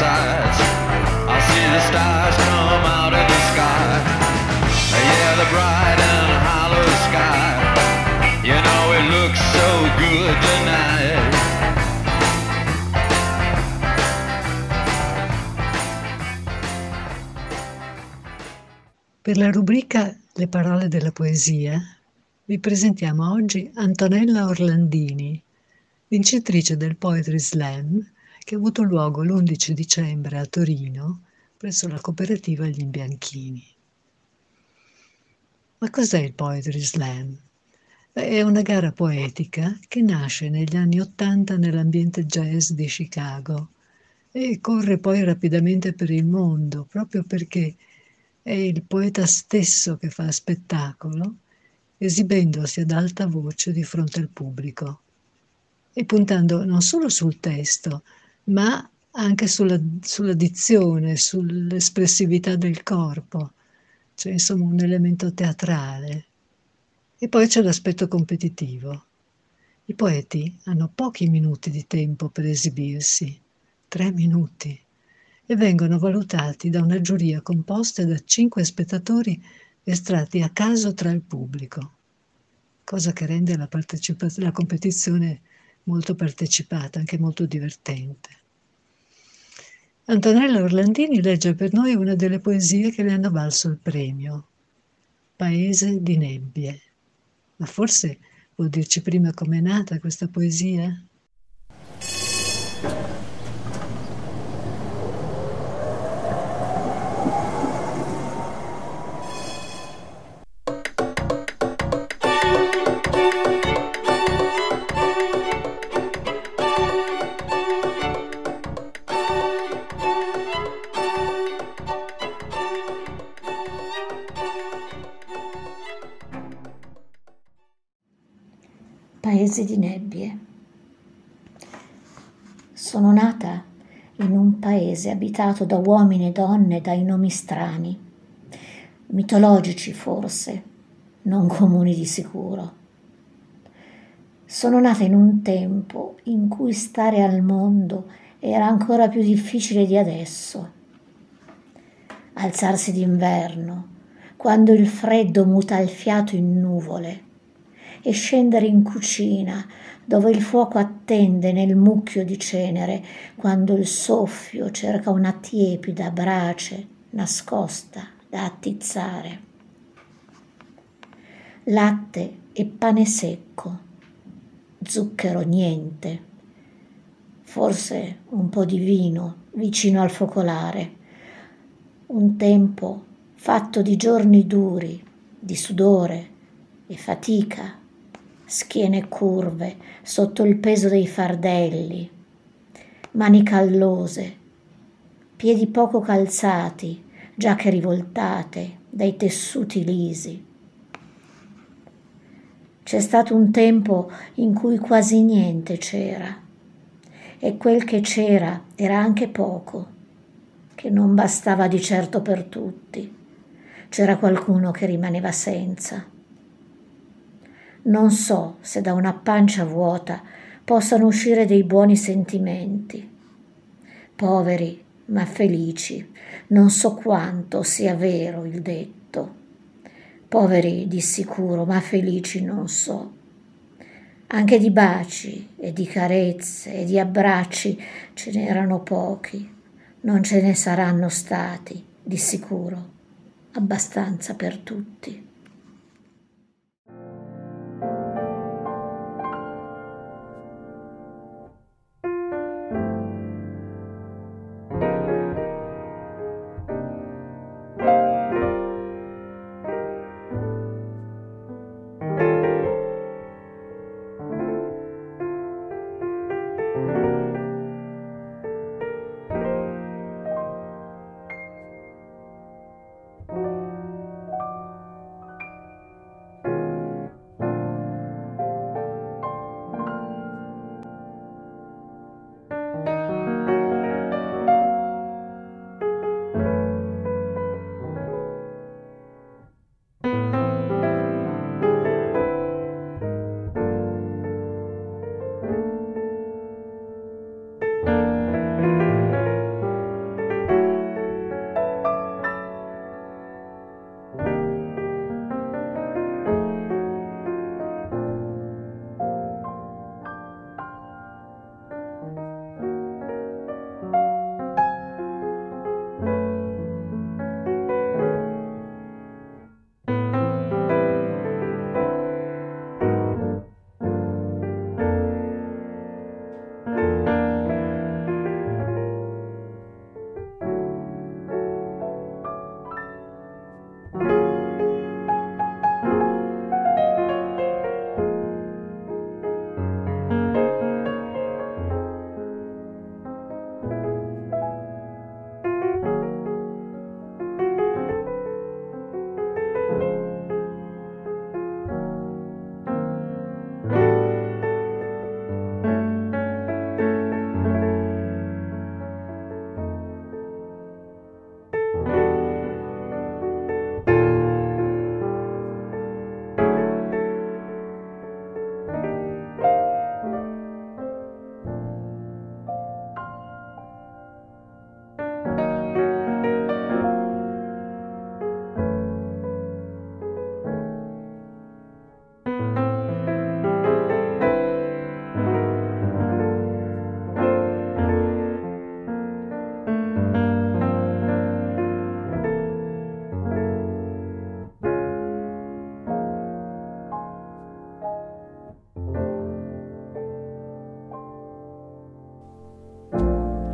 sides. I see the stars come out of the sky. Yeah, the bright and hollow sky. You know it looks so good tonight. Per la rubrica Le parole della poesia vi presentiamo oggi Antonella Orlandini, vincitrice del Poetry Slam che ha avuto luogo l'11 dicembre a Torino presso la cooperativa Gli Imbianchini. Ma cos'è il Poetry Slam? È una gara poetica che nasce negli anni '80 nell'ambiente jazz di Chicago e corre poi rapidamente per il mondo, proprio perché è il poeta stesso che fa spettacolo, esibendosi ad alta voce di fronte al pubblico e puntando non solo sul testo, ma anche sulla dizione, sull'espressività del corpo, cioè insomma un elemento teatrale. E poi c'è l'aspetto competitivo. I poeti hanno pochi minuti di tempo per esibirsi, 3 minuti, e vengono valutati da una giuria composta da 5 estratti a caso tra il pubblico, cosa che rende la competizione molto partecipata, anche molto divertente. Antonella Orlandini legge per noi una delle poesie che le hanno valso il premio, Paese di nebbie. Ma forse vuol dirci prima com'è nata questa poesia? Paese di nebbie. Sono nata in un paese abitato da uomini e donne dai nomi strani, mitologici forse, non comuni di sicuro. Sono nata in un tempo in cui stare al mondo era ancora più difficile di adesso. Alzarsi d'inverno, quando il freddo muta il fiato in nuvole, e scendere in cucina, dove il fuoco attende nel mucchio di cenere, quando il soffio cerca una tiepida brace nascosta da attizzare. Latte e pane secco, zucchero niente, forse un po' di vino vicino al focolare. Un tempo fatto di giorni duri, di sudore e fatica, schiene curve sotto il peso dei fardelli, mani callose, piedi poco calzati, giacche rivoltate dai tessuti lisi. C'è stato un tempo in cui quasi niente c'era, e quel che c'era era anche poco, che non bastava di certo per tutti. C'era qualcuno che rimaneva senza. Non so se da una pancia vuota possano uscire dei buoni sentimenti. Poveri ma felici, non so quanto sia vero il detto. Poveri di sicuro, ma felici non so. Anche di baci e di carezze e di abbracci ce n'erano pochi. Non ce ne saranno stati, di sicuro, abbastanza per tutti.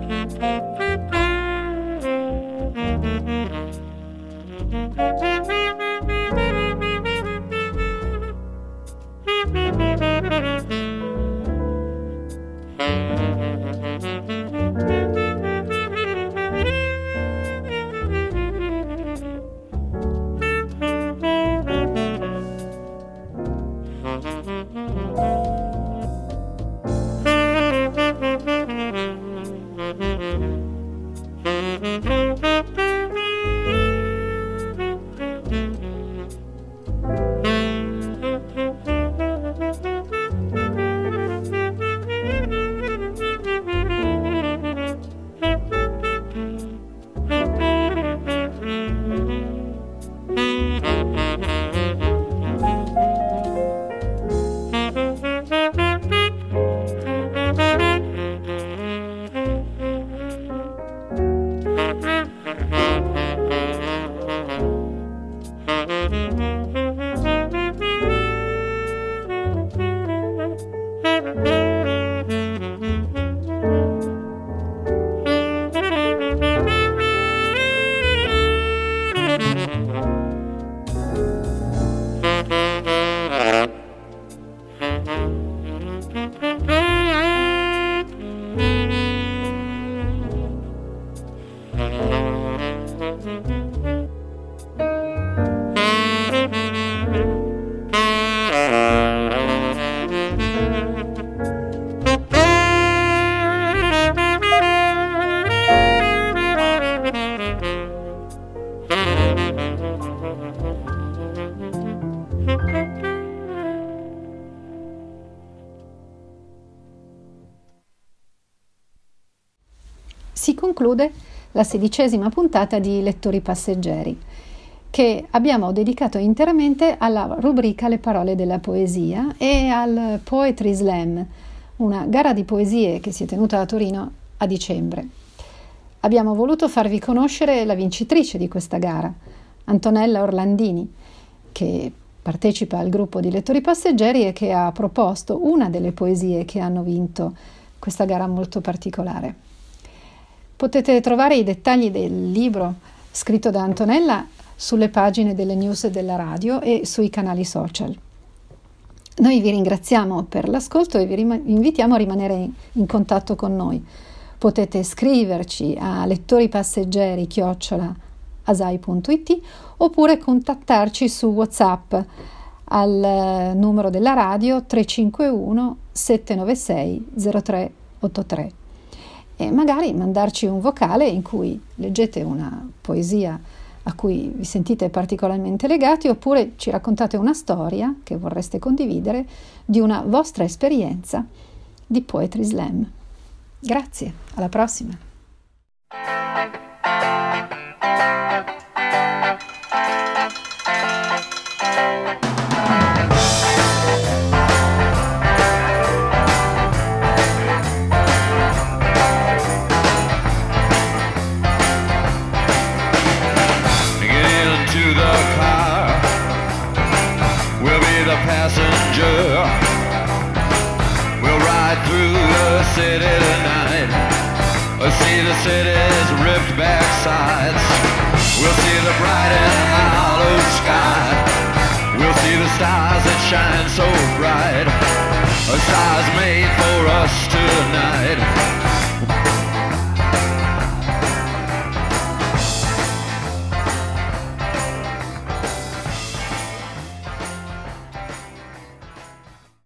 Si conclude la 16ª puntata di Lettori Passeggeri, che abbiamo dedicato interamente alla rubrica Le parole della poesia e al Poetry Slam, una gara di poesie che si è tenuta a Torino a dicembre. Abbiamo voluto farvi conoscere la vincitrice di questa gara, Antonella Orlandini, che partecipa al gruppo di Lettori Passeggeri e che ha proposto una delle poesie che hanno vinto questa gara molto particolare. Potete trovare i dettagli del libro scritto da Antonella sulle pagine delle news della radio e sui canali social. Noi vi ringraziamo per l'ascolto e vi invitiamo a rimanere in contatto con noi. Potete scriverci a lettoripasseggeri@asai.it oppure contattarci su WhatsApp al numero della radio 351 796 0383 e magari mandarci un vocale in cui leggete una poesia a cui vi sentite particolarmente legati, oppure ci raccontate una storia che vorreste condividere di una vostra esperienza di Poetry Slam. Grazie, alla prossima! Passenger, we'll ride through the city tonight. We'll see the city's ripped back sides. We'll see the bright and hollow sky. We'll see the stars that shine so bright. Stars made for